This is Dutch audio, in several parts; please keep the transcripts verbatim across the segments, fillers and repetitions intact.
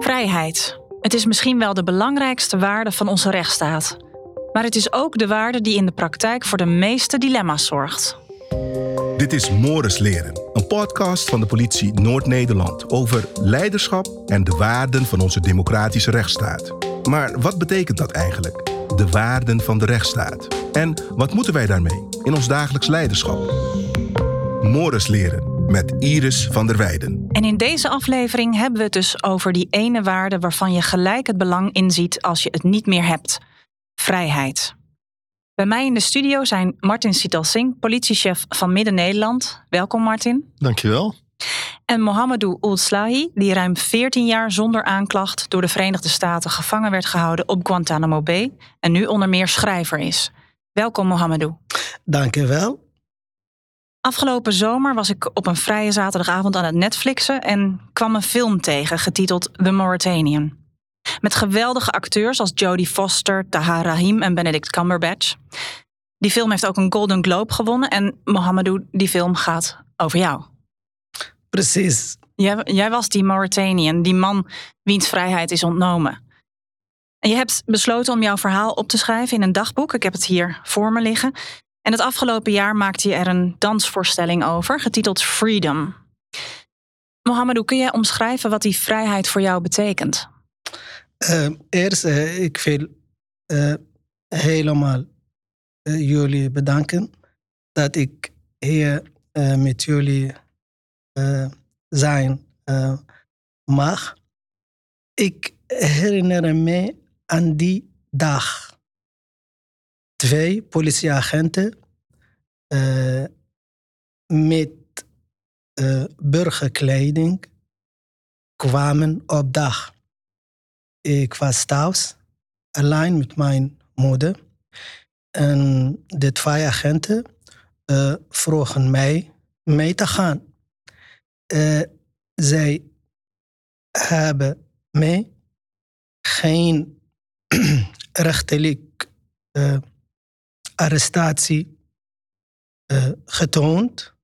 Vrijheid. Het is misschien wel de belangrijkste waarde van onze rechtsstaat. Maar het is ook de waarde die in de praktijk voor de meeste dilemma's zorgt. Dit is Mores Leren, een podcast van de politie Noord-Nederland over leiderschap en de waarden van onze democratische rechtsstaat. Maar wat betekent dat eigenlijk? De waarden van de rechtsstaat. En wat moeten wij daarmee in ons dagelijks leiderschap? Mores Leren met Iris van der Weijden. En in deze aflevering hebben we het dus over die ene waarde waarvan je gelijk het belang inziet als je het niet meer hebt. Vrijheid. Bij mij in de studio zijn Martin Sital Singh, politiechef van Midden-Nederland. Welkom Martin. Dankjewel. En Mohamedou Ould-Slahi, die ruim veertien jaar zonder aanklacht door de Verenigde Staten gevangen werd gehouden op Guantanamo Bay en nu onder meer schrijver is. Welkom Mohamedou. Dankjewel. Afgelopen zomer was ik op een vrije zaterdagavond aan het Netflixen en kwam een film tegen getiteld The Mauritanian. Met geweldige acteurs als Jodie Foster, Tahar Rahim en Benedict Cumberbatch. Die film heeft ook een Golden Globe gewonnen en Mohamedou, die film gaat over jou. Precies. Jij, jij was die Mauritanian, die man wiens vrijheid is ontnomen. En je hebt besloten om jouw verhaal op te schrijven in een dagboek. Ik heb het hier voor me liggen. En het afgelopen jaar maakte je er een dansvoorstelling over, getiteld Freedom. Mohamedou, kun jij omschrijven wat die vrijheid voor jou betekent? Uh, eerst, uh, ik wil uh, helemaal uh, jullie bedanken dat ik hier uh, met jullie uh, zijn uh, mag. Ik herinner me aan die dag. Twee politieagenten uh, met uh, burgerkleding kwamen op dag. Ik was thuis, alleen met mijn moeder. En de twee agenten uh, vroegen mij mee te gaan. Uh, zij hebben mij geen rechterlijk uh, arrestatie uh, getoond.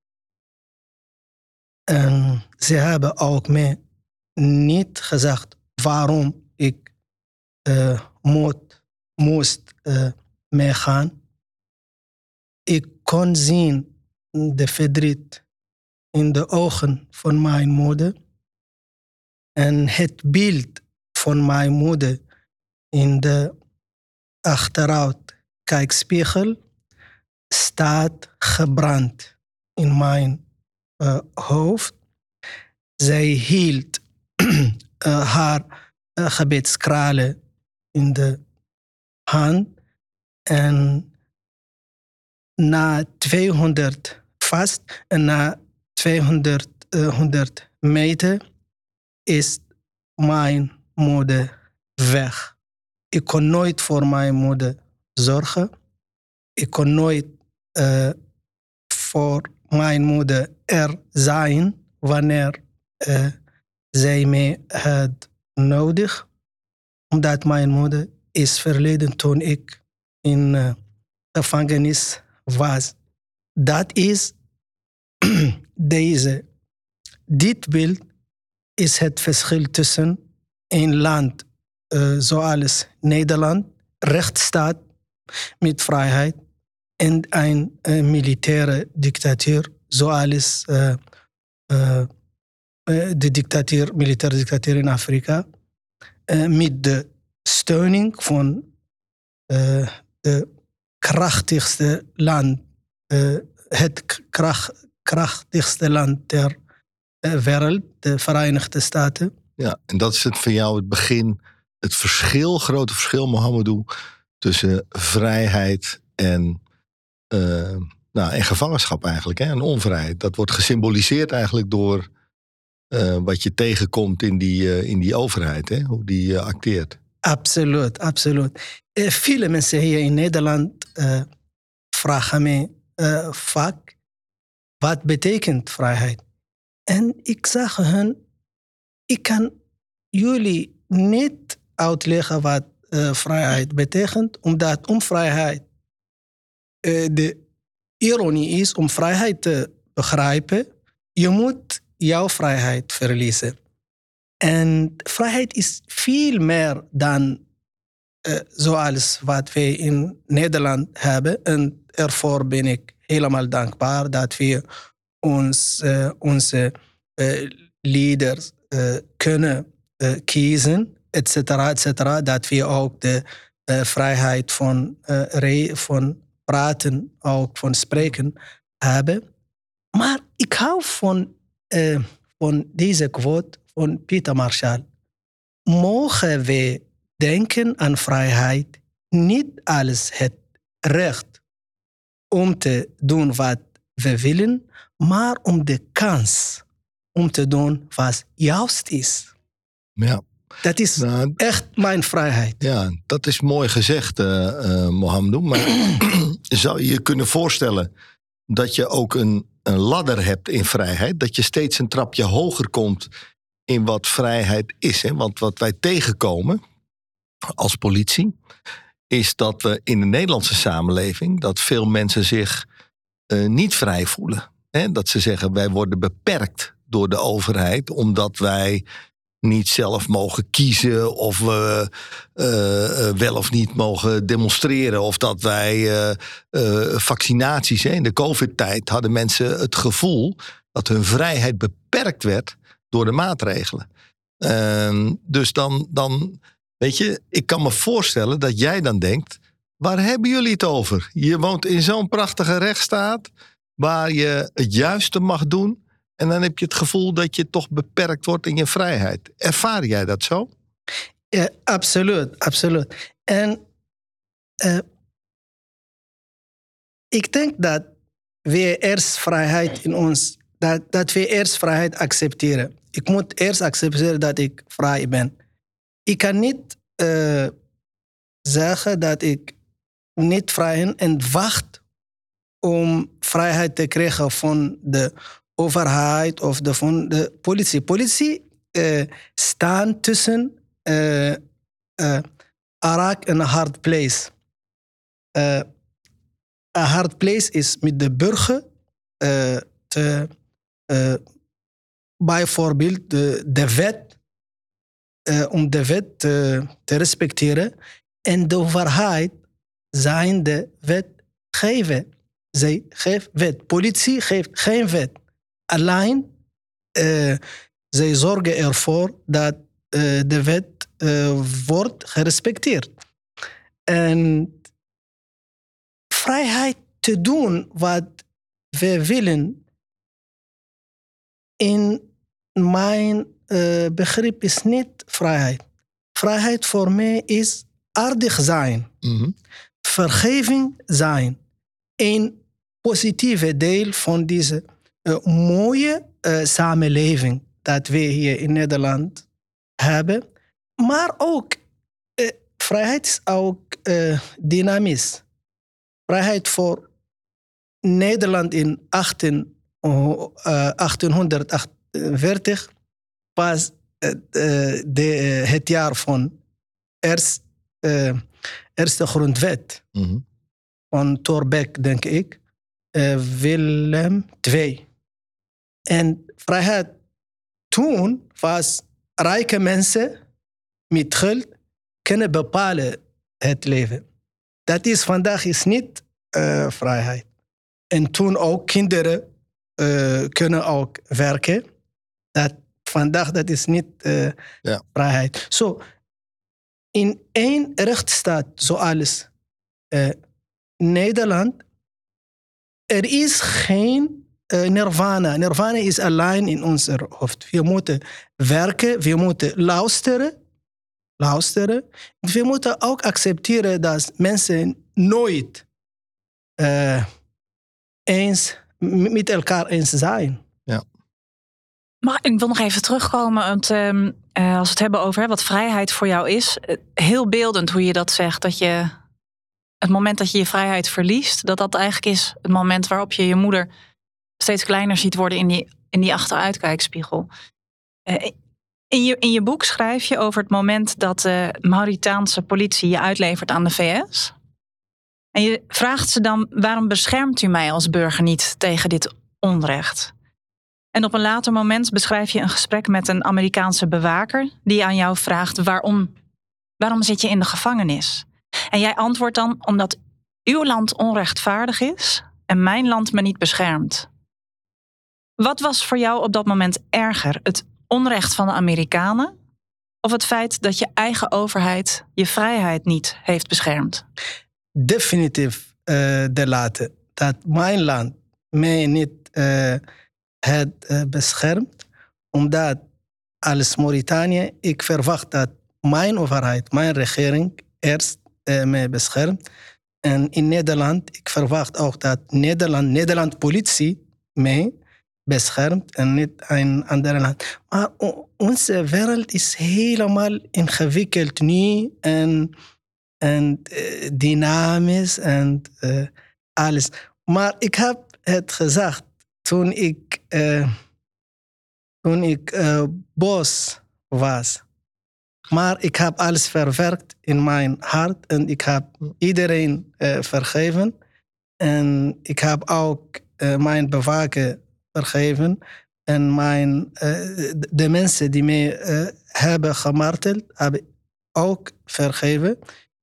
En ze hebben ook mij niet gezegd waarom ik uh, moet, moest uh, meegaan. Ik kon zien de verdriet in de ogen van mijn moeder. En het beeld van mijn moeder in de achteruitkijkspiegel staat gebrand in mijn uh, hoofd. Zij hield uh, haar uh, gebedskralen in de hand. En na tweehonderd vast en na tweehonderd uh, honderd meter is mijn moeder weg. Ik kon nooit voor mijn moeder zorgen. Ik kon nooit uh, voor mijn moeder er zijn wanneer uh, zij mij had nodig. Omdat mijn moeder is verleden toen ik in uh, gevangenis was. Dat is deze. Dit beeld is het verschil tussen een land uh, zoals Nederland, rechtsstaat met vrijheid, en een uh, militaire dictatuur zoals uh, uh, de dictatuur, militaire dictatuur in Afrika, uh, met de steuning van uh, de krachtigste land, uh, het kracht, krachtigste land ter uh, wereld, de Verenigde Staten. Ja, en dat is het voor jou het begin, het verschil, grote verschil, Mohamedou, tussen vrijheid en, uh, nou, en gevangenschap eigenlijk, hè, en onvrijheid. Dat wordt gesymboliseerd eigenlijk door uh, wat je tegenkomt in die, uh, in die overheid, hè, hoe die uh, acteert. Absoluut, absoluut. Uh, Viele mensen hier in Nederland uh, vragen mij uh, vaak, wat betekent vrijheid? En ik zeg hen, ik kan jullie niet uitleggen wat uh, vrijheid betekent, omdat onvrijheid uh, de ironie is om vrijheid te begrijpen. Je moet jouw vrijheid verliezen. En vrijheid is veel meer dan uh, zoals wat wij in Nederland hebben. En ervoor ben ik helemaal dankbaar dat we ons, uh, onze uh, leiders uh, kunnen uh, kiezen, et cetera, et cetera. Dat we ook de uh, vrijheid van, uh, re- van praten, ook van spreken hebben. Maar ik hou van, uh, van deze quote van Pieter Marshall. Mogen we denken aan vrijheid niet als het recht om te doen wat we willen, maar om de kans om te doen wat juist is. Ja. Dat is nou, echt mijn vrijheid. Ja, dat is mooi gezegd, uh, uh, Mohamedou. Maar zou je je kunnen voorstellen dat je ook een, een ladder hebt in vrijheid? Dat je steeds een trapje hoger komt in wat vrijheid is. Hè? Want wat wij tegenkomen als politie is dat we in de Nederlandse samenleving dat veel mensen zich uh, niet vrij voelen. Hè? Dat ze zeggen wij worden beperkt door de overheid omdat wij niet zelf mogen kiezen of we uh, uh, wel of niet mogen demonstreren. Of dat wij uh, uh, vaccinaties, hè, in de COVID-tijd hadden mensen het gevoel dat hun vrijheid beperkt werd door de maatregelen. Uh, dus dan, dan, weet je, ik kan me voorstellen dat jij dan denkt, waar hebben jullie het over? Je woont in zo'n prachtige rechtsstaat waar je het juiste mag doen. En dan heb je het gevoel dat je toch beperkt wordt in je vrijheid. Ervaar jij dat zo? Ja, absoluut, absoluut. En uh, ik denk dat we eerst vrijheid in ons, dat, dat we eerst vrijheid accepteren. Ik moet eerst accepteren dat ik vrij ben. Ik kan niet uh, zeggen dat ik niet vrij ben en wacht om vrijheid te krijgen van de overheid of de, van de politie. Politie uh, staan tussen uh, uh, Arak en een hard place. Uh, een hard place is met de burger uh, te, uh, bijvoorbeeld de, de wet, uh, om de wet te, te respecteren. En de overheid zijn de wetgever. Zij geeft wet. Politie geeft geen wet. Alleen, uh, zij zorgen ervoor dat uh, de wet uh, wordt gerespecteerd. En vrijheid te doen wat we willen, in mijn uh, begrip is niet vrijheid. Vrijheid voor mij is aardig zijn, Mm-hmm. vergeving zijn. Een positieve deel van deze uh, mooie uh, samenleving dat we hier in Nederland hebben. Maar ook, uh, vrijheid is ook uh, dynamisch. Vrijheid voor Nederland in achttien, uh, achttienhonderdachtenveertig was uh, de, uh, het jaar van eerst, uh, eerste grondwet. Mm-hmm. Van Thorbecke, denk ik. Uh, Willem de Tweede. En vrijheid toen was rijke mensen met geld kunnen bepalen het leven. Dat is vandaag is niet uh, vrijheid. En toen ook kinderen uh, kunnen ook werken. Dat vandaag dat is niet uh, ja. vrijheid. Zo, so, in één rechtsstaat zoals uh, Nederland, er is geen uh, nirvana. Nirvana is alleen in ons hoofd. We moeten werken, we moeten luisteren. luisteren. We moeten ook accepteren dat mensen nooit uh, eens met elkaar eens zijn. Ja. Maar ik wil nog even terugkomen, want uh, uh, als we het hebben over hè, wat vrijheid voor jou is, uh, heel beeldend hoe je dat zegt, dat je het moment dat je je vrijheid verliest, dat dat eigenlijk is het moment waarop je je moeder steeds kleiner ziet worden in die, in die achteruitkijkspiegel. Uh, in, je, in je boek schrijf je over het moment dat de Mauritaanse politie je uitlevert aan de V S. En je vraagt ze dan, waarom beschermt u mij als burger niet tegen dit onrecht? En op een later moment beschrijf je een gesprek met een Amerikaanse bewaker die aan jou vraagt waarom, waarom zit je in de gevangenis? En jij antwoordt dan omdat uw land onrechtvaardig is en mijn land me niet beschermt. Wat was voor jou op dat moment erger? Het onrecht van de Amerikanen of het feit dat je eigen overheid je vrijheid niet heeft beschermd? Definitief uh, de laatste. Dat mijn land mij niet uh, heeft uh, beschermd. Omdat als Mauritanië, ik verwacht dat mijn overheid, mijn regering eerst uh, mij beschermt. En in Nederland, ik verwacht ook dat Nederland, Nederland politie mij beschermt en niet een ander land. Maar onze wereld is helemaal ingewikkeld nu en, en uh, dynamisch en uh, alles. Maar ik heb het gezegd toen ik, uh, toen ik uh, boos was. Maar ik heb alles verwerkt in mijn hart en ik heb iedereen uh, vergeven. En ik heb ook uh, mijn bewaker vergeven. En mijn, uh, de mensen die mij uh, hebben gemarteld, heb ik ook vergeven.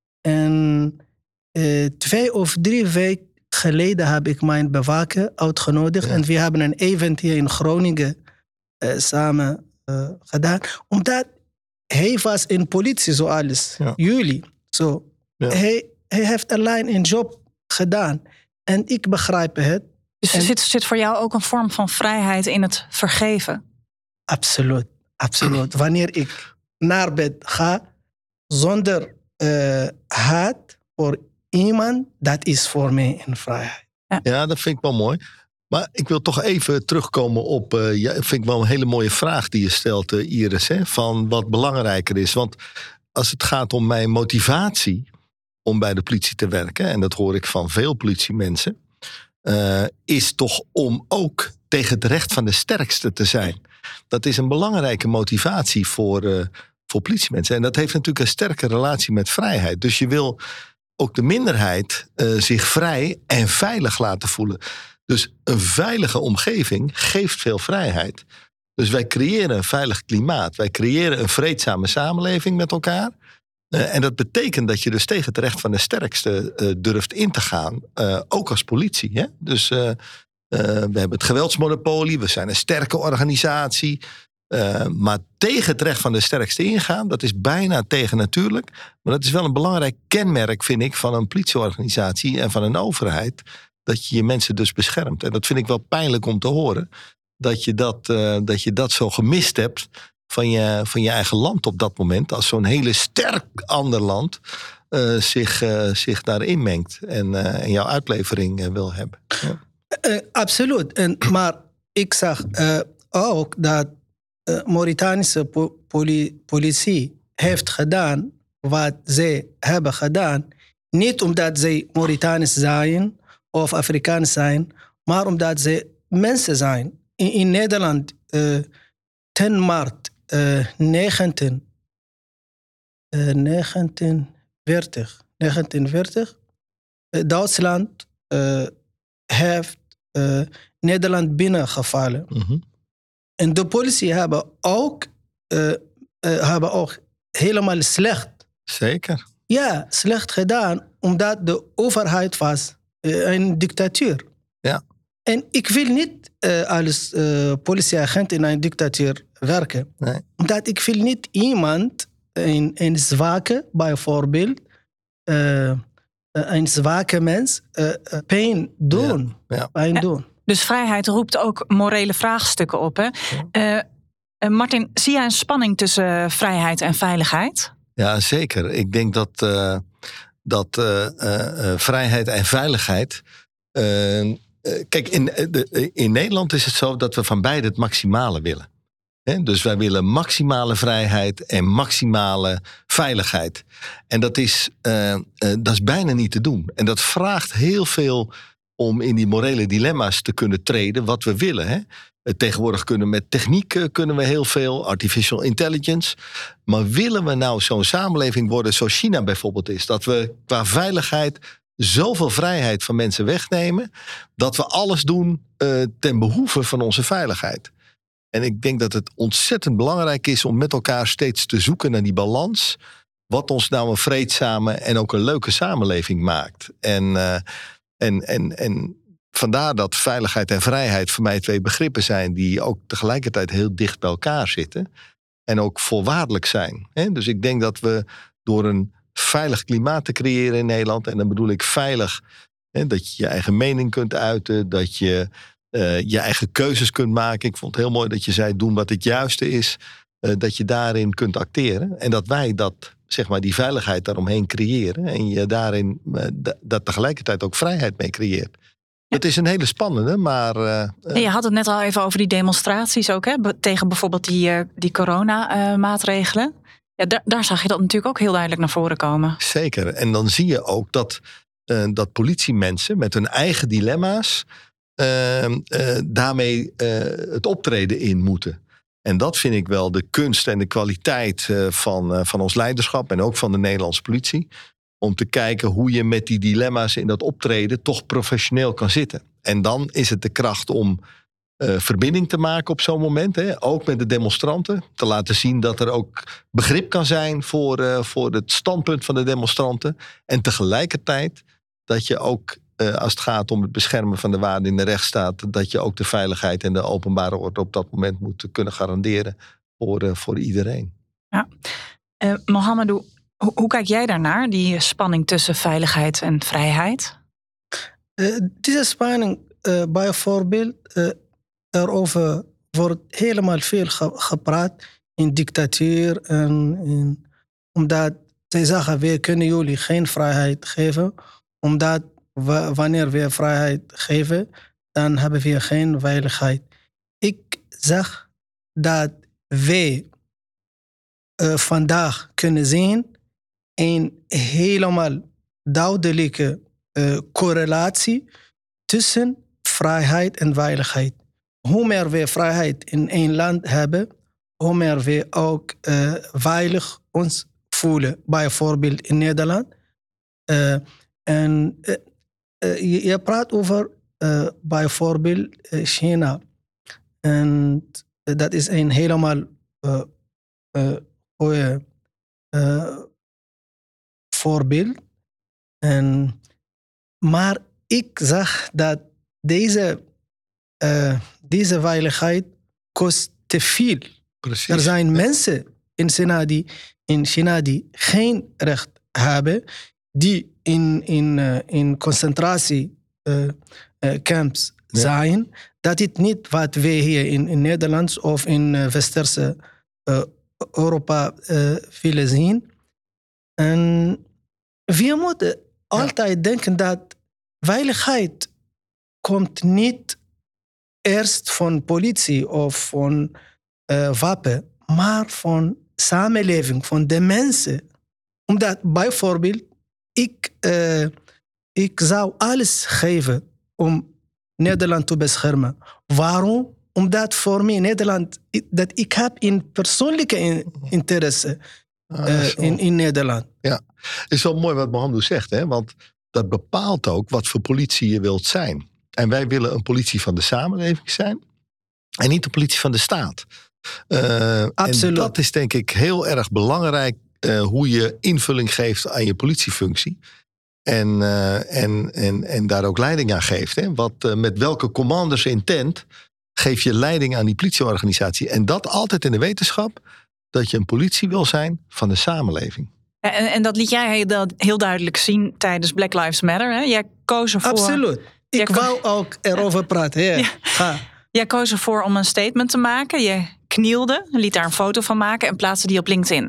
En uh, twee of drie weken geleden heb ik mijn bewaker uitgenodigd. Ja. En we hebben een event hier in Groningen uh, samen uh, gedaan. Omdat hij was in politie zoals ja. jullie. So, ja. hij, hij heeft alleen een job gedaan. En ik begrijp het. Dus er zit, zit voor jou ook een vorm van vrijheid in het vergeven? Absoluut. absoluut. Wanneer ik naar bed ga zonder uh, haat voor iemand, dat is voor mij een vrijheid. Ja. ja, dat vind ik wel mooi. Maar ik wil toch even terugkomen op, uh, ja, vind ik wel een hele mooie vraag die je stelt, uh, Iris, hè, van wat belangrijker is. Want als het gaat om mijn motivatie om bij de politie te werken, en dat hoor ik van veel politiemensen, uh, is toch om ook tegen het recht van de sterkste te zijn. Dat is een belangrijke motivatie voor, uh, voor politiemensen. En dat heeft natuurlijk een sterke relatie met vrijheid. Dus je wil ook de minderheid uh, zich vrij en veilig laten voelen. Dus een veilige omgeving geeft veel vrijheid. Dus wij creëren een veilig klimaat. Wij creëren een vreedzame samenleving met elkaar. Uh, en dat betekent dat je dus tegen het recht van de sterkste uh, durft in te gaan. Uh, ook als politie. Hè? Dus uh, uh, we hebben het geweldsmonopolie. We zijn een sterke organisatie. Uh, maar tegen het recht van de sterkste ingaan, dat is bijna tegennatuurlijk. Maar dat is wel een belangrijk kenmerk, vind ik, van een politieorganisatie en van een overheid. Dat je je mensen dus beschermt. En dat vind ik wel pijnlijk om te horen. Dat je dat, uh, dat, je dat zo gemist hebt van je, van je eigen land op dat moment. Als zo'n hele sterk ander land uh, zich, uh, zich daarin mengt. En, uh, en jouw uitlevering uh, wil hebben. Ja. Uh, absoluut. En, maar ik zag uh, ook dat uh, Mauritanische po- poli- politie heeft gedaan wat zij hebben gedaan. Niet omdat zij Mauritanisch zijn of Afrikaans zijn, maar omdat ze mensen zijn. In, in Nederland, uh, tien maart uh, negentien, uh, negentien veertig, negentien veertig, uh, Duitsland uh, heeft uh, Nederland binnengevallen. Mm-hmm. En de politie hebben ook, uh, uh, hebben ook helemaal slecht. Zeker. Ja, slecht gedaan, omdat de overheid was een dictatuur. Ja. En ik wil niet uh, als uh, politieagent in een dictatuur werken. Nee. Omdat ik wil niet iemand, een, een zwakke bijvoorbeeld, uh, een zwakke mens, uh, pijn doen. Ja. Ja. Pijn doen. Dus vrijheid roept ook morele vraagstukken op. Hè? Ja. Uh, Martin, zie jij een spanning tussen vrijheid en veiligheid? Ja, zeker. Ik denk dat, uh, dat uh, uh, vrijheid en veiligheid. Uh, uh, kijk, in, uh, in Nederland is het zo dat we van beide het maximale willen. He, dus wij willen maximale vrijheid en maximale veiligheid. En dat is, uh, uh, dat is bijna niet te doen. En dat vraagt heel veel om in die morele dilemma's te kunnen treden wat we willen. Hè? Tegenwoordig kunnen met techniek kunnen we heel veel, artificial intelligence. Maar willen we nou zo'n samenleving worden zoals China bijvoorbeeld is? Dat we qua veiligheid zoveel vrijheid van mensen wegnemen, dat we alles doen uh, ten behoeve van onze veiligheid. En ik denk dat het ontzettend belangrijk is om met elkaar steeds te zoeken naar die balans. Wat ons nou een vreedzame en ook een leuke samenleving maakt. En, uh, en, en, en vandaar dat veiligheid en vrijheid voor mij twee begrippen zijn die ook tegelijkertijd heel dicht bij elkaar zitten. En ook voorwaardelijk zijn. Hè? Dus ik denk dat we door een veilig klimaat te creëren in Nederland. En dan bedoel ik veilig, hè, dat je je eigen mening kunt uiten. Dat je uh, je eigen keuzes kunt maken. Ik vond het heel mooi dat je zei, doen wat het juiste is. Uh, dat je daarin kunt acteren. En dat wij dat, zeg maar, die veiligheid daaromheen creëren. En je daarin uh, d- dat tegelijkertijd ook vrijheid mee creëert. Ja. Het is een hele spannende, maar... Uh, ja, je had het net al even over die demonstraties ook, hè? Be- tegen bijvoorbeeld die, uh, die corona-maatregelen. Uh, ja, daar, daar zag je dat natuurlijk ook heel duidelijk naar voren komen. Zeker. En dan zie je ook dat, uh, dat politiemensen met hun eigen dilemma's Uh, uh, daarmee uh, het optreden in moeten. En dat vind ik wel de kunst en de kwaliteit uh, van, uh, van ons leiderschap en ook van de Nederlandse politie. Om te kijken hoe je met die dilemma's in dat optreden toch professioneel kan zitten. En dan is het de kracht om uh, verbinding te maken op zo'n moment. Hè, ook met de demonstranten. Te laten zien dat er ook begrip kan zijn voor, uh, voor het standpunt van de demonstranten. En tegelijkertijd dat je ook Uh, als het gaat om het beschermen van de waarden in de rechtsstaat, dat je ook de veiligheid en de openbare orde op dat moment moet kunnen garanderen voor, uh, voor iedereen. Ja. Uh, Mohamedou, hoe, hoe kijk jij daarnaar, die spanning tussen veiligheid en vrijheid? Uh, deze spanning, uh, bijvoorbeeld, uh, daarover wordt helemaal veel ge- gepraat in dictatuur. En in, omdat zij zeggen, we kunnen jullie geen vrijheid geven, omdat wanneer we vrijheid geven, dan hebben we geen veiligheid. Ik zeg dat wij uh, vandaag kunnen zien een helemaal duidelijke uh, correlatie tussen vrijheid en veiligheid. Hoe meer we vrijheid in een land hebben, hoe meer we ook uh, veilig ons voelen. Bijvoorbeeld in Nederland. Uh, en uh, Uh, je, je praat over uh, bijvoorbeeld uh, China. En uh, dat is een helemaal uh, uh, goede uh, voorbeeld. En, maar ik zag dat deze, uh, deze veiligheid kost te veel. Precies. Er zijn mensen in China die, in China die geen recht hebben, die in, in, uh, in concentratiecamps uh, uh, ja. zijn, dat is niet wat wij hier in, in Nederland of in uh, Westerse uh, Europa uh, willen zien. En we moeten ja. altijd denken dat veiligheid komt niet eerst van politie of van uh, wapen, maar van samenleving, van de mensen. Omdat bijvoorbeeld Ik, uh, ik zou alles geven om Nederland te beschermen. Waarom? Omdat voor mij Nederland, dat ik heb een persoonlijke interesse uh, ah, in, in Nederland. Ja, het is wel mooi wat Mohamedou zegt, hè? Want dat bepaalt ook wat voor politie je wilt zijn. En wij willen een politie van de samenleving zijn en niet een politie van de staat. Uh, Absoluut. En dat is denk ik heel erg belangrijk. Uh, hoe je invulling geeft aan je politiefunctie. En, uh, en, en, en daar ook leiding aan geeft. Hè? Wat, uh, met welke commanders intent geef je leiding aan die politieorganisatie. En dat altijd in de wetenschap dat je een politie wil zijn van de samenleving. Ja, en, en dat liet jij heel, heel duidelijk zien tijdens Black Lives Matter. Hè? Jij koos ervoor... Absoluut. Ik ko- wou ook erover praten. Ja. Ja. Ga. Jij koos ervoor om een statement te maken. Je knielde, liet daar een foto van maken en plaatste die op LinkedIn.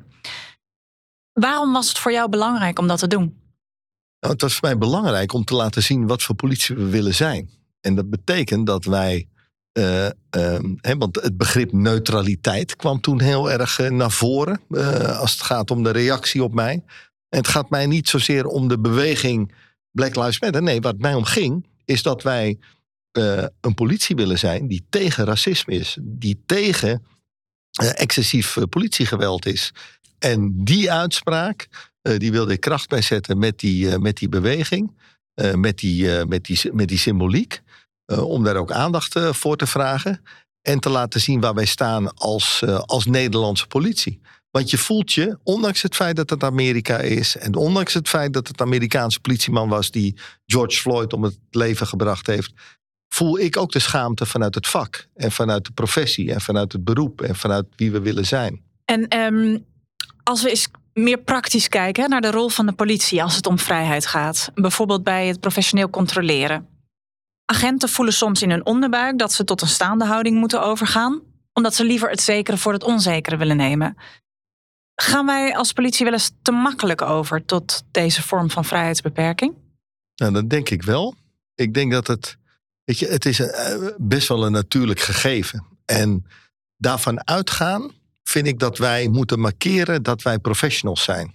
Waarom was het voor jou belangrijk om dat te doen? Nou, het was voor mij belangrijk om te laten zien wat voor politie we willen zijn. En dat betekent dat wij... Uh, um, he, want het begrip neutraliteit kwam toen heel erg uh, naar voren. Uh, als het gaat om de reactie op mij. En het gaat mij niet zozeer om de beweging Black Lives Matter. Nee, wat mij om ging is dat wij uh, een politie willen zijn die tegen racisme is. Die tegen uh, excessief uh, politiegeweld is. En die uitspraak, uh, die wilde ik kracht bij zetten met die, uh, met die beweging. Uh, met, die, uh, met, die, met die symboliek. Uh, om daar ook aandacht uh, voor te vragen. En te laten zien waar wij staan als, uh, als Nederlandse politie. Want je voelt je, ondanks het feit dat het Amerika is... en ondanks het feit dat het Amerikaanse politieman was... die George Floyd om het leven gebracht heeft... voel ik ook de schaamte vanuit het vak. En vanuit de professie en vanuit het beroep... en vanuit wie we willen zijn. En um, als we eens meer praktisch kijken naar de rol van de politie... als het om vrijheid gaat. Bijvoorbeeld bij het professioneel controleren. Agenten voelen soms in hun onderbuik dat ze tot een staande houding moeten overgaan... omdat ze liever het zekere voor het onzekere willen nemen. Gaan wij als politie wel eens te makkelijk over tot deze vorm van vrijheidsbeperking? Nou, dat denk ik wel. Ik denk dat het, weet je, het is een, best wel een natuurlijk gegeven. En daarvan uitgaan vind ik dat wij moeten markeren dat wij professionals zijn.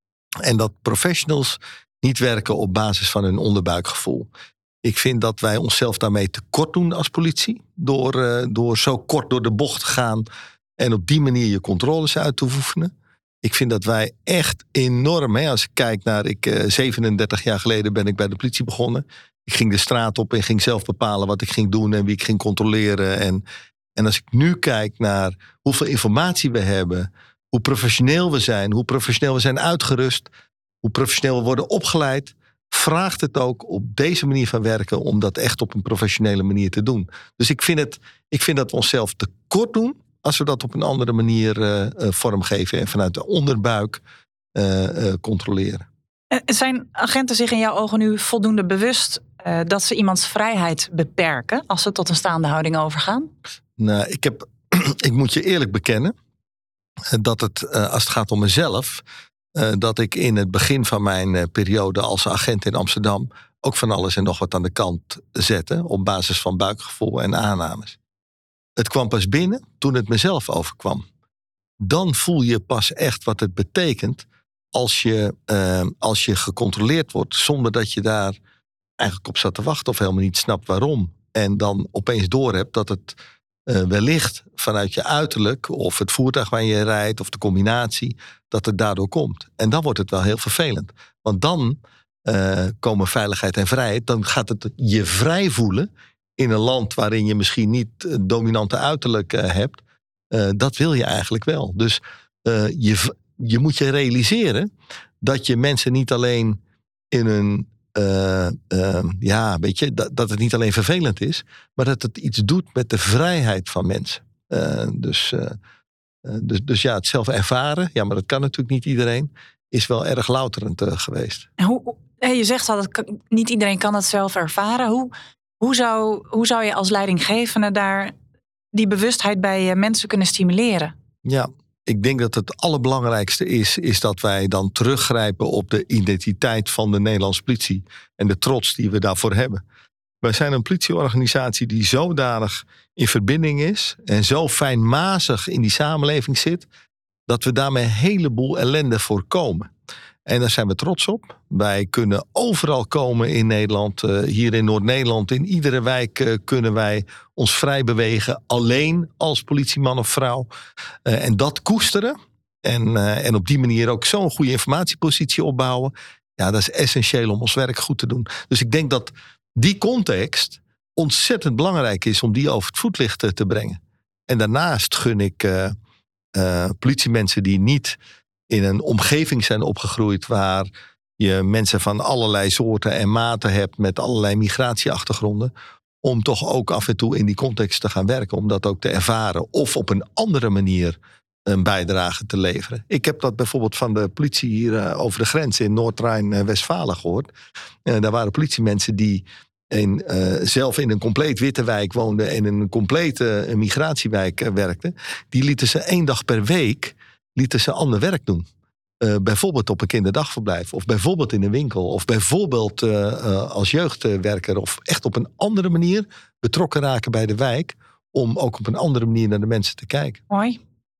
En dat professionals niet werken op basis van hun onderbuikgevoel. Ik vind dat wij onszelf daarmee tekort doen als politie. Door, uh, door zo kort door de bocht te gaan en op die manier je controles uit te oefenen. Ik vind dat wij echt enorm, hè, als ik kijk naar, ik, uh, zevenendertig jaar geleden ben ik bij de politie begonnen. Ik ging de straat op en ging zelf bepalen wat ik ging doen en wie ik ging controleren. En, en als ik nu kijk naar hoeveel informatie we hebben, hoe professioneel we zijn, hoe professioneel we zijn uitgerust, hoe professioneel we worden opgeleid, vraagt het ook op deze manier van werken om dat echt op een professionele manier te doen. Dus ik vind, het, ik vind dat we onszelf tekort doen als we dat op een andere manier uh, uh, vormgeven en vanuit de onderbuik uh, uh, controleren. Zijn agenten zich in jouw ogen nu voldoende bewust uh, dat ze iemands vrijheid beperken als ze tot een staande houding overgaan? Nou, ik, heb, ik moet je eerlijk bekennen dat het, uh, als het gaat om mezelf, uh, dat ik in het begin van mijn uh, periode als agent in Amsterdam ook van alles en nog wat aan de kant zette op basis van buikgevoel en aannames. Het kwam pas binnen toen het mezelf overkwam. Dan voel je pas echt wat het betekent als je, uh, als je gecontroleerd wordt zonder dat je daar eigenlijk op zat te wachten of helemaal niet snapt waarom. En dan opeens doorhebt dat het uh, wellicht vanuit je uiterlijk of het voertuig waar je rijdt of de combinatie, dat het daardoor komt. En dan wordt het wel heel vervelend. Want dan uh, komen veiligheid en vrijheid. Dan gaat het je vrij voelen in een land waarin je misschien niet uh, dominante uiterlijk uh, hebt. Uh, dat wil je eigenlijk wel. Dus uh, je, je moet je realiseren dat je mensen niet alleen in een Uh, uh, ja, weet je, dat, dat het niet alleen vervelend is, maar dat het iets doet met de vrijheid van mensen. Uh, dus, uh, uh, dus, dus ja, het zelf ervaren, ja, maar dat kan natuurlijk niet iedereen, is wel erg louterend uh, geweest. En hoe, je zegt al, dat niet iedereen kan het zelf ervaren. Hoe, hoe, zou, hoe zou je als leidinggevende daar die bewustheid bij mensen kunnen stimuleren? Ja. Ik denk dat het allerbelangrijkste is, is dat wij dan teruggrijpen op de identiteit van de Nederlandse politie en de trots die we daarvoor hebben. Wij zijn een politieorganisatie die zodanig in verbinding is en zo fijnmazig in die samenleving zit, dat we daarmee een heleboel ellende voorkomen. En daar zijn we trots op. Wij kunnen overal komen in Nederland. Uh, hier in Noord-Nederland, in iedere wijk uh, kunnen wij ons vrij bewegen. Alleen als politieman of vrouw. Uh, en dat koesteren. En, uh, en op die manier ook zo'n goede informatiepositie opbouwen. Ja, dat is essentieel om ons werk goed te doen. Dus ik denk dat die context ontzettend belangrijk is om die over het voetlicht uh, te brengen. En daarnaast gun ik uh, uh, politiemensen die niet in een omgeving zijn opgegroeid waar je mensen van allerlei soorten en maten hebt met allerlei migratieachtergronden, om toch ook af en toe in die context te gaan werken, om dat ook te ervaren of op een andere manier een bijdrage te leveren. Ik heb dat bijvoorbeeld van de politie hier uh, over de grens in Noord-Rijn-Westfalen gehoord. Uh, daar waren politiemensen die in, uh, zelf in een compleet witte wijk woonden en in een complete uh, migratiewijk uh, werkten. Die lieten ze één dag per week lieten ze ander werk doen. Uh, bijvoorbeeld op een kinderdagverblijf. Of bijvoorbeeld in een winkel. Of bijvoorbeeld uh, uh, als jeugdwerker. Of echt op een andere manier betrokken raken bij de wijk. Om ook op een andere manier naar de mensen te kijken. Mooi.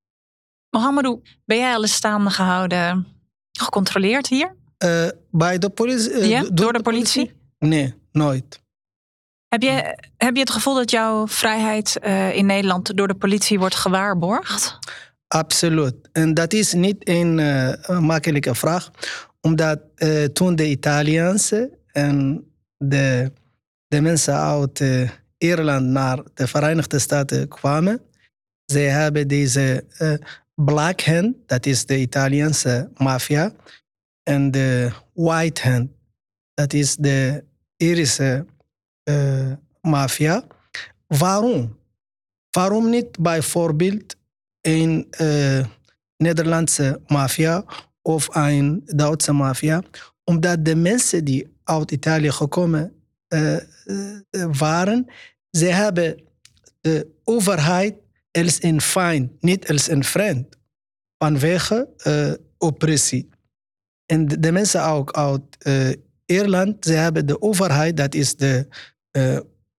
Mohamedou, ben jij al eens staande gehouden, gecontroleerd hier? Uh, bij de politie? Uh, ja, door, door de politie? Nee, nooit. Heb je, heb je het gevoel dat jouw vrijheid uh, in Nederland door de politie wordt gewaarborgd? Absoluut. En dat is niet een uh, makkelijke vraag. Omdat uh, toen de Italiaanse en de, de mensen uit uh, Ierland naar de Verenigde Staten kwamen, zij hebben deze uh, Black Hand, dat is de Italiaanse maffia, en de White Hand, dat is de Irische uh, maffia. Waarom? Waarom niet bijvoorbeeld een uh, Nederlandse maffia of een Duitse maffia? Omdat de mensen die uit Italië gekomen uh, uh, waren, ze hebben de overheid als een feind, niet als een vriend, vanwege uh, oppressie. En de, de mensen ook uit uh, Ierland, ze hebben de overheid, dat is de uh,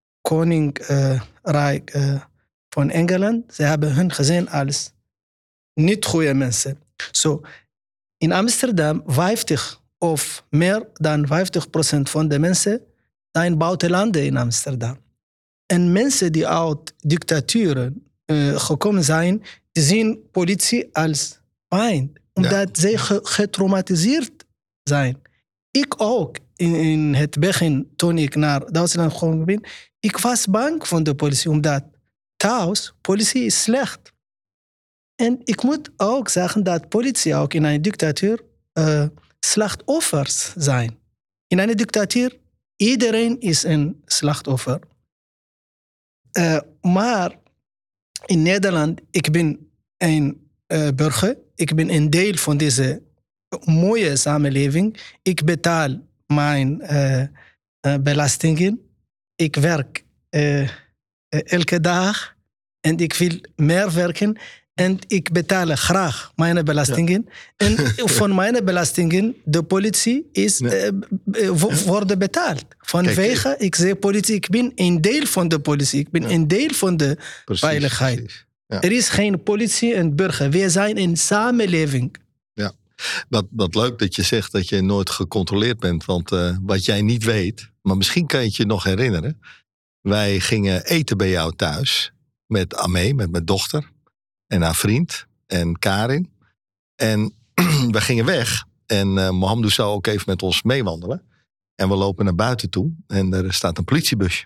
koninkrijk uh, van Engeland, ze hebben hun gezien als niet goede mensen. So, in Amsterdam, vijftig of meer dan vijftig procent van de mensen zijn buitenlanden in Amsterdam. En mensen die uit dictaturen uh, gekomen zijn, die zien politie als fijn, omdat ja. zij ge- getraumatiseerd zijn. Ik ook, in, in het begin, toen ik naar Duitsland gegaan ben, ik was bang van de politie, omdat thuis, politie is slecht. En ik moet ook zeggen dat politie ook in een dictatuur uh, slachtoffers zijn. In een dictatuur, iedereen is een slachtoffer. Uh, maar in Nederland, ik ben een uh, burger. Ik ben een deel van deze mooie samenleving. Ik betaal mijn uh, uh, belastingen. Ik werk uh, uh, elke dag. En ik wil meer werken. En ik betaal graag mijn belastingen. Ja. En van mijn belastingen, de politie is, nee. uh, worden betaald. Vanwege, Kijk, ik zeg politie, ik ben een deel van de politie. Ik ben ja. een deel van de precies, veiligheid. Precies. Ja. Er is geen politie en burger. We zijn een samenleving. Ja, wat, wat leuk dat je zegt dat je nooit gecontroleerd bent. Want uh, wat jij niet weet, maar misschien kan je het je nog herinneren. Wij gingen eten bij jou thuis met Amé, met mijn dochter. En haar vriend en Karin. En we gingen weg. En uh, Mohamedou zou ook even met ons meewandelen. En we lopen naar buiten toe. En er staat een politiebusje.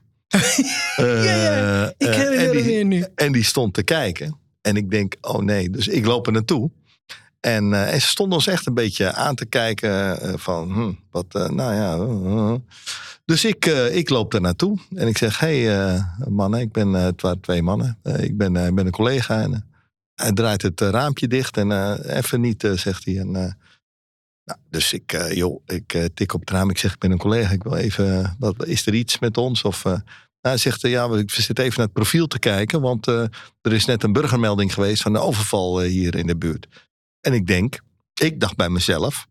uh, ja, ja, ik herinner uh, me nu. En die stond te kijken. En ik denk, oh nee. Dus ik loop er naartoe. En, uh, en ze stonden ons echt een beetje aan te kijken. Uh, van, hm, wat, uh, nou ja. Uh, uh. Dus ik, uh, ik loop er naartoe. En ik zeg, hé hey, uh, mannen. Ik ben, uh, het waren twee mannen. Uh, ik ben, uh, ben een collega. En, uh, hij draait het uh, raampje dicht. En uh, even niet, uh, zegt hij. En, uh, nou, dus ik, uh, joh, ik uh, tik op het raam. Ik zeg, ik ben een collega. Ik wil even, uh, wat, is er iets met ons? Of... Uh, hij zegt, uh, ja, ik zit even naar het profiel te kijken. Want uh, er is net een burgermelding geweest van een overval uh, hier in de buurt. En ik denk, ik dacht bij mezelf,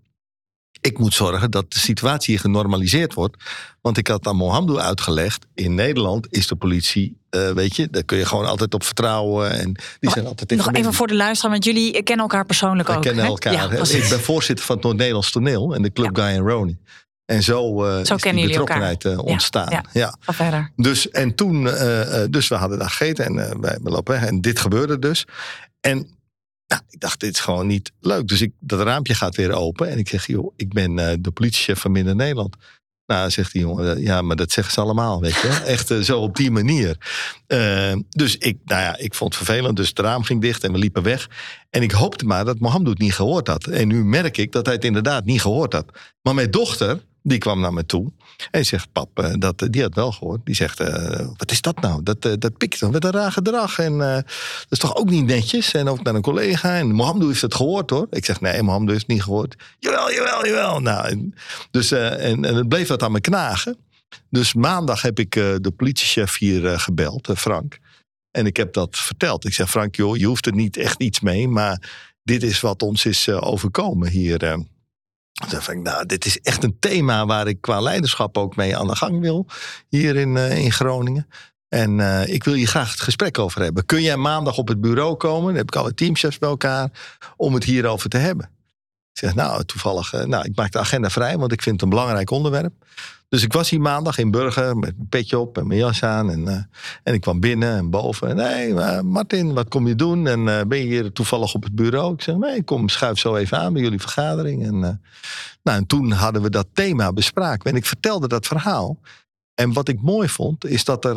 ik moet zorgen dat de situatie hier genormaliseerd wordt. Want ik had aan Mohamedou uitgelegd, in Nederland is de politie, uh, weet je, daar kun je gewoon altijd op vertrouwen. En die nog, zijn altijd nog even voor de luisteraar, want jullie kennen elkaar persoonlijk Wij ook. kennen hè? elkaar. Ja, ik ben voorzitter van het Noord-Nederlands Toneel en de Club ja. Guy en Ronnie. En zo, uh, zo is die betrokkenheid uh, ontstaan. Ja, ja. ja. verder. Dus, en toen, uh, dus we hadden daar gegeten en uh, wij lopen weg. En dit gebeurde dus. En nou, ik dacht, dit is gewoon niet leuk. Dus ik, dat raampje gaat weer open. En ik zeg, joh, ik ben uh, de politiechef van Midden-Nederland. Nou, zegt die jongen, uh, ja, maar dat zeggen ze allemaal, weet je. Echt uh, zo op die manier. Uh, dus ik, nou ja, ik vond het vervelend. Dus het raam ging dicht en we liepen weg. En ik hoopte maar dat Mohamedou het niet gehoord had. En nu merk ik dat hij het inderdaad niet gehoord had. Maar mijn dochter, die kwam naar me toe. En die zegt, pap, uh, dat, die had wel gehoord. Die zegt, uh, wat is dat nou? Dat, uh, dat pikt dan met een raar gedrag. En uh, dat is toch ook niet netjes? En ook naar een collega. En Mohamedou heeft het gehoord, hoor. Ik zeg, nee, Mohamedou heeft het niet gehoord. Jawel, jawel, jawel. Nou, en, dus, uh, en, en het bleef wat aan me knagen. Dus maandag heb ik uh, de politiechef hier uh, gebeld, uh, Frank. En ik heb dat verteld. Ik zeg, Frank, joh, je hoeft er niet echt iets mee. Maar dit is wat ons is uh, overkomen hier. Uh, Dan dacht ik, nou, dit is echt een thema waar ik qua leiderschap ook mee aan de gang wil. Hier in, uh, in Groningen. En uh, ik wil hier graag het gesprek over hebben. Kun jij maandag op het bureau komen? Dan heb ik alle teamchefs bij elkaar. Om het hierover te hebben. Ik zeg, nou, toevallig. Uh, nou, ik maak de agenda vrij, want ik vind het een belangrijk onderwerp. Dus ik was hier maandag in Burger met mijn petje op en mijn jas aan. En, uh, en ik kwam binnen en boven. En hey, uh, Martin, wat kom je doen? En uh, ben je hier toevallig op het bureau? Ik zeg, nee, kom, schuif zo even aan bij jullie vergadering. En, uh, nou, en toen hadden we dat thema bespraken. En ik vertelde dat verhaal. En wat ik mooi vond, is dat er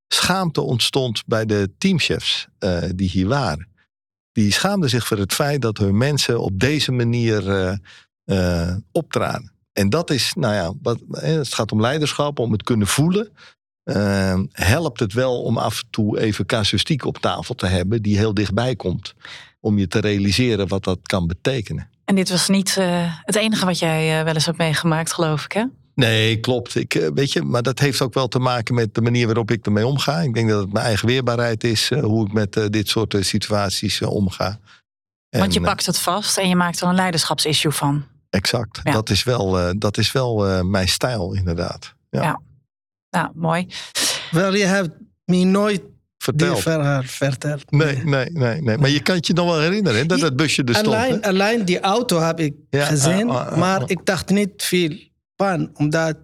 schaamte ontstond bij de teamchefs uh, die hier waren. Die schaamden zich voor het feit dat hun mensen op deze manier uh, uh, optraden. En dat is, nou ja, wat, het gaat om leiderschap, om het kunnen voelen. Uh, helpt het wel om af en toe even casuïstiek op tafel te hebben die heel dichtbij komt. Om je te realiseren wat dat kan betekenen. En dit was niet uh, het enige wat jij uh, wel eens hebt meegemaakt, geloof ik, hè? Nee, klopt. Ik, uh, weet je, maar dat heeft ook wel te maken met de manier waarop ik ermee omga. Ik denk dat het mijn eigen weerbaarheid is, uh, hoe ik met uh, dit soort uh, situaties uh, omga. En, Want je pakt het vast en je maakt er een leiderschapsissue van. Exact. Ja. Dat is wel, uh, dat is wel uh, mijn stijl, inderdaad. Ja. ja. Nou, mooi. Wel, je hebt me nooit verteld. die verhaal verteld. Nee, nee, nee, nee. Maar je kan het je nog wel herinneren, hè, dat dat busje er stond. Alleen, alleen die auto heb ik ja, gezien, uh, uh, uh, maar uh. ik dacht niet veel van. Omdat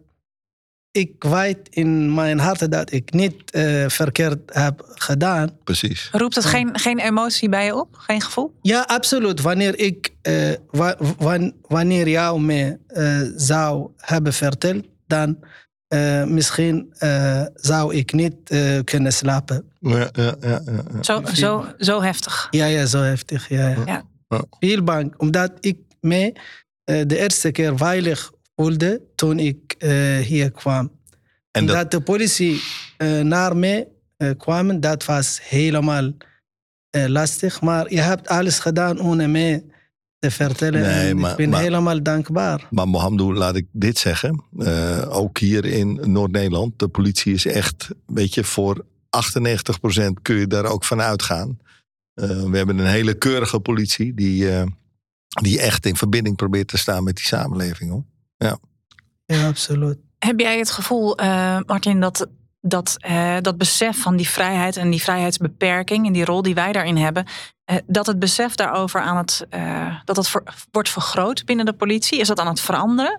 ik weet in mijn hart dat ik niet uh, verkeerd heb gedaan. Precies. Roept het geen, geen emotie bij je op? Geen gevoel? Ja, absoluut. Wanneer ik, uh, wa- wa- wanneer jou me uh, zou hebben verteld, dan uh, misschien uh, zou ik niet uh, kunnen slapen. Ja, ja, ja, ja. Zo, zo, zo heftig. Ja, ja, zo heftig. Ja, ja. Ja. Ja. Heel bang, omdat ik me uh, de eerste keer veilig voelde toen ik uh, hier kwam. En dat, dat de politie uh, naar me uh, kwam, dat was helemaal uh, lastig. Maar je hebt alles gedaan om me te vertellen. Nee, en maar, ik ben maar, helemaal dankbaar. Maar Mohamedou, laat ik dit zeggen. Uh, ook hier in Noord-Nederland, de politie is echt, weet je, voor achtennegentig procent kun je daar ook van uitgaan. Uh, we hebben een hele keurige politie die, uh, die echt in verbinding probeert te staan met die samenleving, hoor. Ja. Ja, absoluut. Heb jij het gevoel, uh, Martin, dat, dat, uh, dat besef van die vrijheid en die vrijheidsbeperking en die rol die wij daarin hebben, uh, dat het besef daarover aan het, uh, dat het ver, wordt vergroot binnen de politie? Is dat aan het veranderen?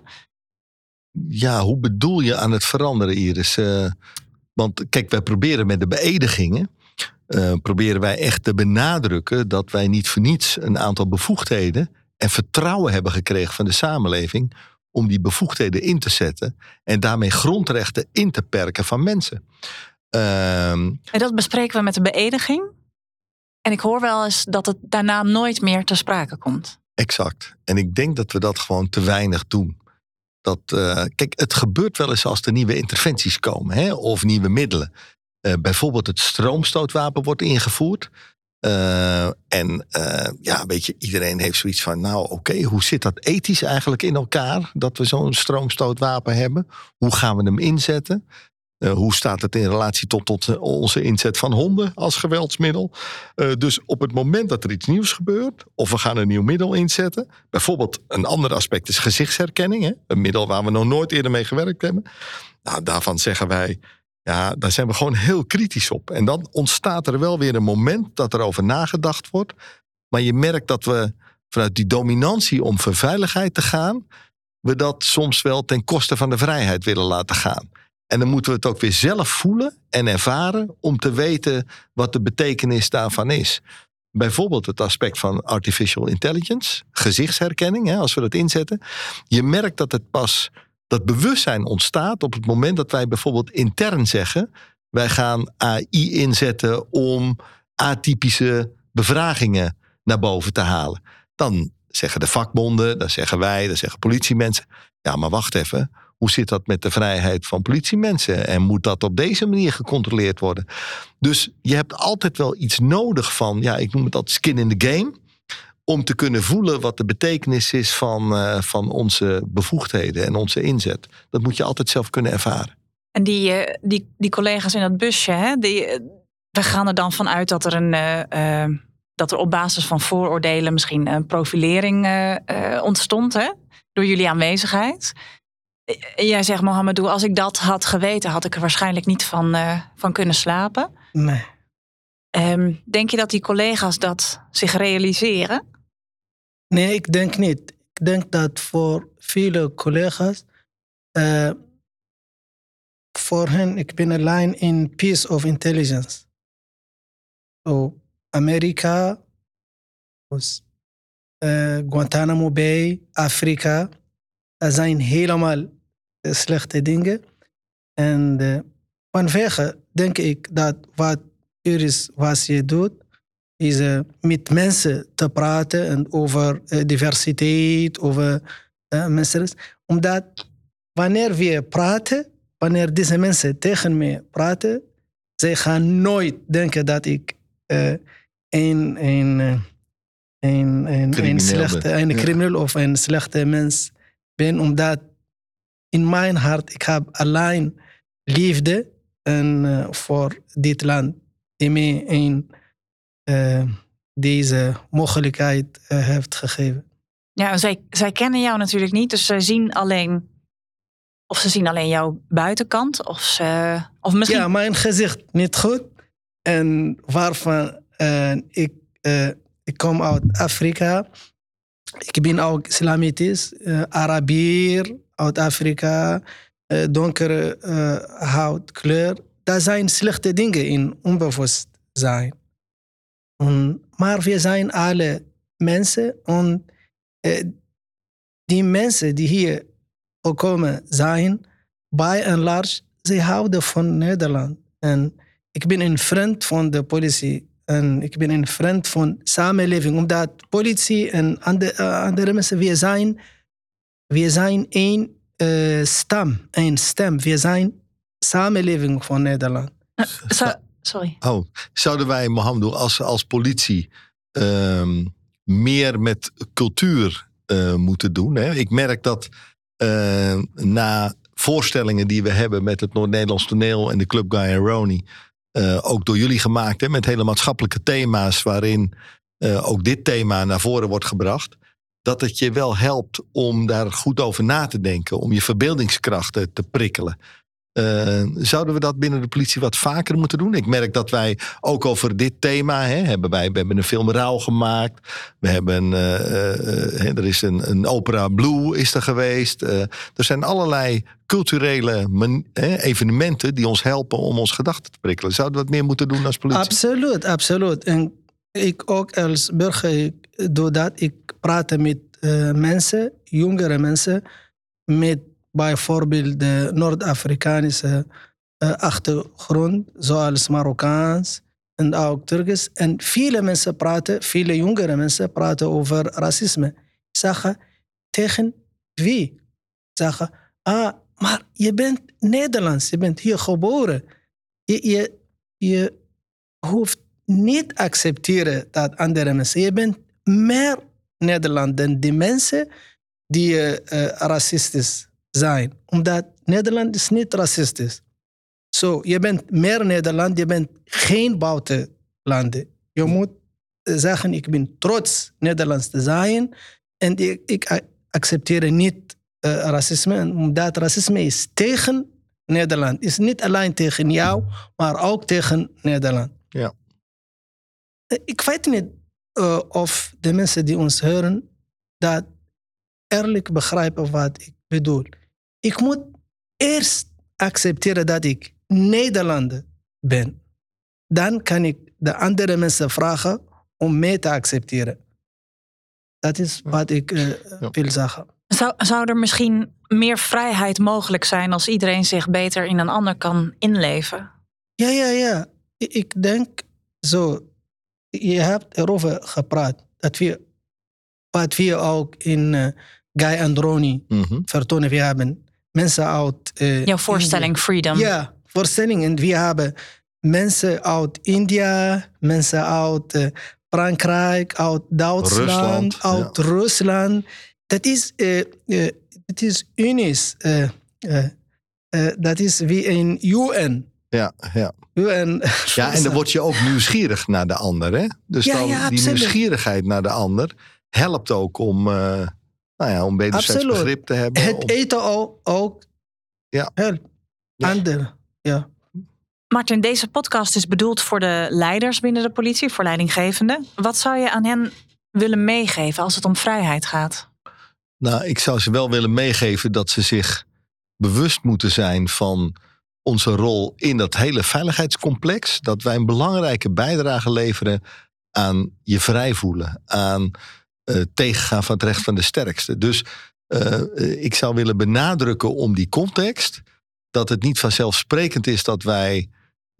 Ja, hoe bedoel je aan het veranderen, Iris? Uh, want kijk, wij proberen met de beëdigingen, uh, proberen wij echt te benadrukken dat wij niet voor niets een aantal bevoegdheden en vertrouwen hebben gekregen van de samenleving om die bevoegdheden in te zetten en daarmee grondrechten in te perken van mensen. Um, en dat bespreken we met de beëdiging. En ik hoor wel eens dat het daarna nooit meer ter sprake komt. Exact. En ik denk dat we dat gewoon te weinig doen. Dat, uh, kijk, het gebeurt wel eens als er nieuwe interventies komen, hè, of nieuwe middelen. Uh, bijvoorbeeld het stroomstootwapen wordt ingevoerd. Uh, en uh, ja, weet je, iedereen heeft zoiets van, nou oké, okay, hoe zit dat ethisch eigenlijk in elkaar, dat we zo'n stroomstootwapen hebben? Hoe gaan we hem inzetten? Uh, hoe staat het in relatie tot, tot onze inzet van honden als geweldsmiddel? Uh, dus op het moment dat er iets nieuws gebeurt, of we gaan een nieuw middel inzetten, bijvoorbeeld een ander aspect is gezichtsherkenning, hè? Een middel waar we nog nooit eerder mee gewerkt hebben. Nou, daarvan zeggen wij, ja, daar zijn we gewoon heel kritisch op. En dan ontstaat er wel weer een moment dat er over nagedacht wordt. Maar je merkt dat we vanuit die dominantie om voor veiligheid te gaan, we dat soms wel ten koste van de vrijheid willen laten gaan. En dan moeten we het ook weer zelf voelen en ervaren om te weten wat de betekenis daarvan is. Bijvoorbeeld het aspect van artificial intelligence, gezichtsherkenning, hè, als we dat inzetten. Je merkt dat het pas, dat bewustzijn ontstaat op het moment dat wij bijvoorbeeld intern zeggen, wij gaan A I inzetten om atypische bevragingen naar boven te halen. Dan zeggen de vakbonden, dan zeggen wij, dan zeggen politiemensen, ja, maar wacht even, hoe zit dat met de vrijheid van politiemensen? En moet dat op deze manier gecontroleerd worden? Dus je hebt altijd wel iets nodig van, ja, ik noem het altijd skin in the game, om te kunnen voelen wat de betekenis is van, uh, van onze bevoegdheden en onze inzet. Dat moet je altijd zelf kunnen ervaren. En die, uh, die, die collega's in dat busje, hè, die, uh, we gaan er dan vanuit dat er, een, uh, uh, dat er op basis van vooroordelen misschien een profilering uh, uh, ontstond, hè, door jullie aanwezigheid. Jij zegt, Mohamedou, als ik dat had geweten, had ik er waarschijnlijk niet van, uh, van kunnen slapen. Nee. Um, denk je dat die collega's dat zich realiseren? Nee, ik denk niet. Ik denk dat voor vele collega's, uh, voor hen, ik ben alleen in piece of intelligence. So, Amerika, uh, Guantanamo Bay, Afrika, dat zijn helemaal slechte dingen. En uh, vanwege denk ik dat wat Iris was je doet, is uh, met mensen te praten en over uh, diversiteit, over uh, mensen. Omdat wanneer we praten, wanneer deze mensen tegen me praten, zij gaan nooit denken dat ik uh, een, een, uh, een, een, een, slechte, een ja. crimineel of een slechte mens ben. Omdat in mijn hart, ik heb alleen liefde en, uh, voor dit land die mij een, uh, deze mogelijkheid uh, heeft gegeven. Ja, zij, zij kennen jou natuurlijk niet, dus ze zien alleen, of ze zien alleen jouw buitenkant, of ze, of misschien. Ja, mijn gezicht niet goed en waarvan uh, ik, uh, ik kom uit Afrika. Ik ben ook islamitisch, uh, Arabier uit Afrika, uh, donkere uh, huidkleur. Dat zijn slechte dingen in onbewustzijn. Um, maar we zijn alle mensen. En uh, die mensen die hier gekomen zijn, by en large, ze houden van Nederland. En ik ben een vriend van de politie. En ik ben een vriend van samenleving. Omdat politie en andere, uh, andere mensen, we zijn, we zijn één uh, stem. Een stem. We zijn samenleving van Nederland. Uh, so, sorry. Oh, zouden wij, Mohamedou, als, als politie um, meer met cultuur uh, moeten doen? Hè? Ik merk dat uh, na voorstellingen die we hebben met het Noord-Nederlands Toneel en de Club Guy en Ronnie, Uh, ook door jullie gemaakt, hè, met hele maatschappelijke thema's waarin uh, ook dit thema naar voren wordt gebracht, dat het je wel helpt om daar goed over na te denken, om je verbeeldingskrachten te prikkelen. Uh, zouden we dat binnen de politie wat vaker moeten doen? Ik merk dat wij ook over dit thema hè, hebben wij we hebben een film Rauw gemaakt. We hebben uh, uh, er is een, een opera Blue is er geweest. Uh, er zijn allerlei culturele man, uh, evenementen die ons helpen om ons gedachten te prikkelen. Zouden we dat meer moeten doen als politie? Absoluut, absoluut. En ik ook als burger doe dat. Ik praat met uh, mensen, jongere mensen, met bijvoorbeeld de Noord-Afrikaanse uh, achtergrond, zoals Marokkaans en ook Turks. En veel mensen praten, veel jongere mensen praten over racisme. Zeggen tegen wie? Zeggen, ah, maar je bent Nederlands, je bent hier geboren. Je, je, je hoeft niet te accepteren dat andere mensen. Je bent meer Nederland dan die mensen die uh, uh, racistisch zijn. Omdat Nederland is niet racistisch. Zo, so, je bent meer Nederland, je bent geen buitenlander. Je moet zeggen, ik ben trots Nederlands te zijn. En ik, ik accepteer niet uh, racisme. Omdat racisme is tegen Nederland. Is niet alleen tegen jou, maar ook tegen Nederland. Ja. Ik weet niet uh, of de mensen die ons horen dat eerlijk begrijpen wat ik bedoel. Ik moet eerst accepteren dat ik Nederlander ben. Dan kan ik de andere mensen vragen om mij te accepteren. Dat is wat ik uh, ja. wil zeggen. Zou, zou er misschien meer vrijheid mogelijk zijn als iedereen zich beter in een ander kan inleven? Ja, ja, ja. Ik denk zo. Je hebt erover gepraat. Dat we, wat we ook in uh, Guy en Ronnie mm-hmm. vertonen. We hebben mensen uit... Uh, Jouw voorstelling India. Freedom. Ja, voorstelling. En we hebben mensen uit India, mensen uit uh, Frankrijk, uit Duitsland, Rusland, uit ja. Rusland. Dat is, uh, uh, dat is unisch. Uh, uh, uh, dat is wie een U N. Ja, ja. U N. Ja, en dan word je ook nieuwsgaurig naar de ander. Hè? Dus ja, dan ja, die nieuwsgierigheid naar de ander helpt ook om... Uh, Nou ja, om wederzijds begrip te hebben. Het om... eten ook, ook ja. helpt. Ja. Anderen, ja. Martin, deze podcast is bedoeld voor de leiders binnen de politie, voor leidinggevenden. Wat zou je aan hen willen meegeven als het om vrijheid gaat? Nou, ik zou ze wel willen meegeven dat ze zich bewust moeten zijn van onze rol in dat hele veiligheidscomplex. Dat wij een belangrijke bijdrage leveren aan je vrij voelen, aan Uh, tegengaan van het recht van de sterkste. Dus uh, uh, ik zou willen benadrukken om die context, dat het niet vanzelfsprekend is dat wij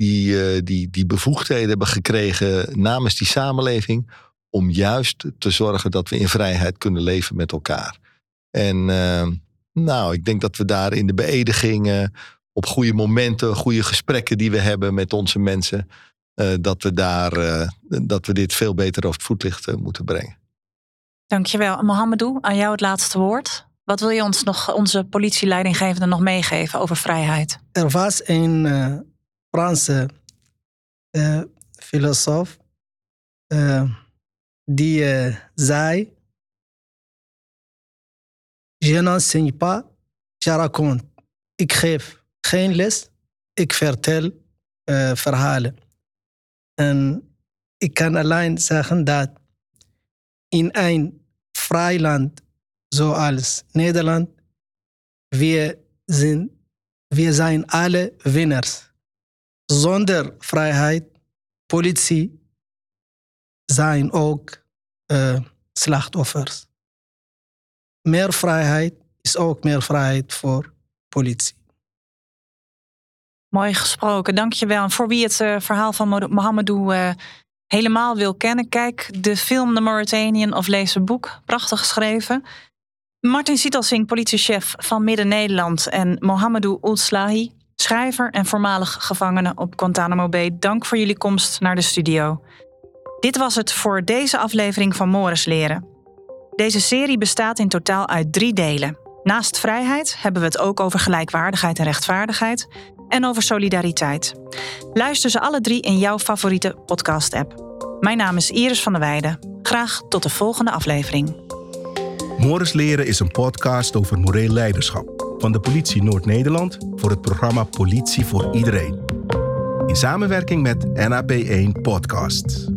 die, uh, die, die bevoegdheden hebben gekregen namens die samenleving om juist te zorgen dat we in vrijheid kunnen leven met elkaar. En uh, nou, ik denk dat we daar in de beëdigingen, op goede momenten, goede gesprekken die we hebben met onze mensen, uh, dat we daar uh, dat we dit veel beter over het voetlicht uh, moeten brengen. Dankjewel. Mohamedou, aan jou het laatste woord. Wat wil je ons nog, onze politieleidinggevende, nog meegeven over vrijheid? Er was een uh, Franse uh, filosoof uh, die uh, zei: Je n'enseigne pas, je raconte. Ik geef geen les, ik vertel uh, verhalen. En ik kan alleen zeggen dat in een vrij land zoals Nederland, we zijn, we zijn alle winnaars. Zonder vrijheid, politie, zijn ook uh, slachtoffers. Meer vrijheid is ook meer vrijheid voor politie. Mooi gesproken, dankjewel. En voor wie het uh, verhaal van Mohamedou uh, helemaal wil kennen, kijk de film The Mauritanian of lees het boek. Prachtig geschreven. Martin Sietelsink, politiechef van Midden-Nederland, en Mohamedou Ould-Slahi, schrijver en voormalig gevangene op Guantanamo Bay. Dank voor jullie komst naar de studio. Dit was het voor deze aflevering van Mores Leren. Deze serie bestaat in totaal uit drie delen. Naast vrijheid hebben we het ook over gelijkwaardigheid en rechtvaardigheid en over solidariteit. Luister ze alle drie in jouw favoriete podcast-app. Mijn naam is Iris van der Weijden. Graag tot de volgende aflevering. Mores Leren is een podcast over moreel leiderschap van de Politie Noord-Nederland voor het programma Politie voor Iedereen. In samenwerking met N A P één Podcasts.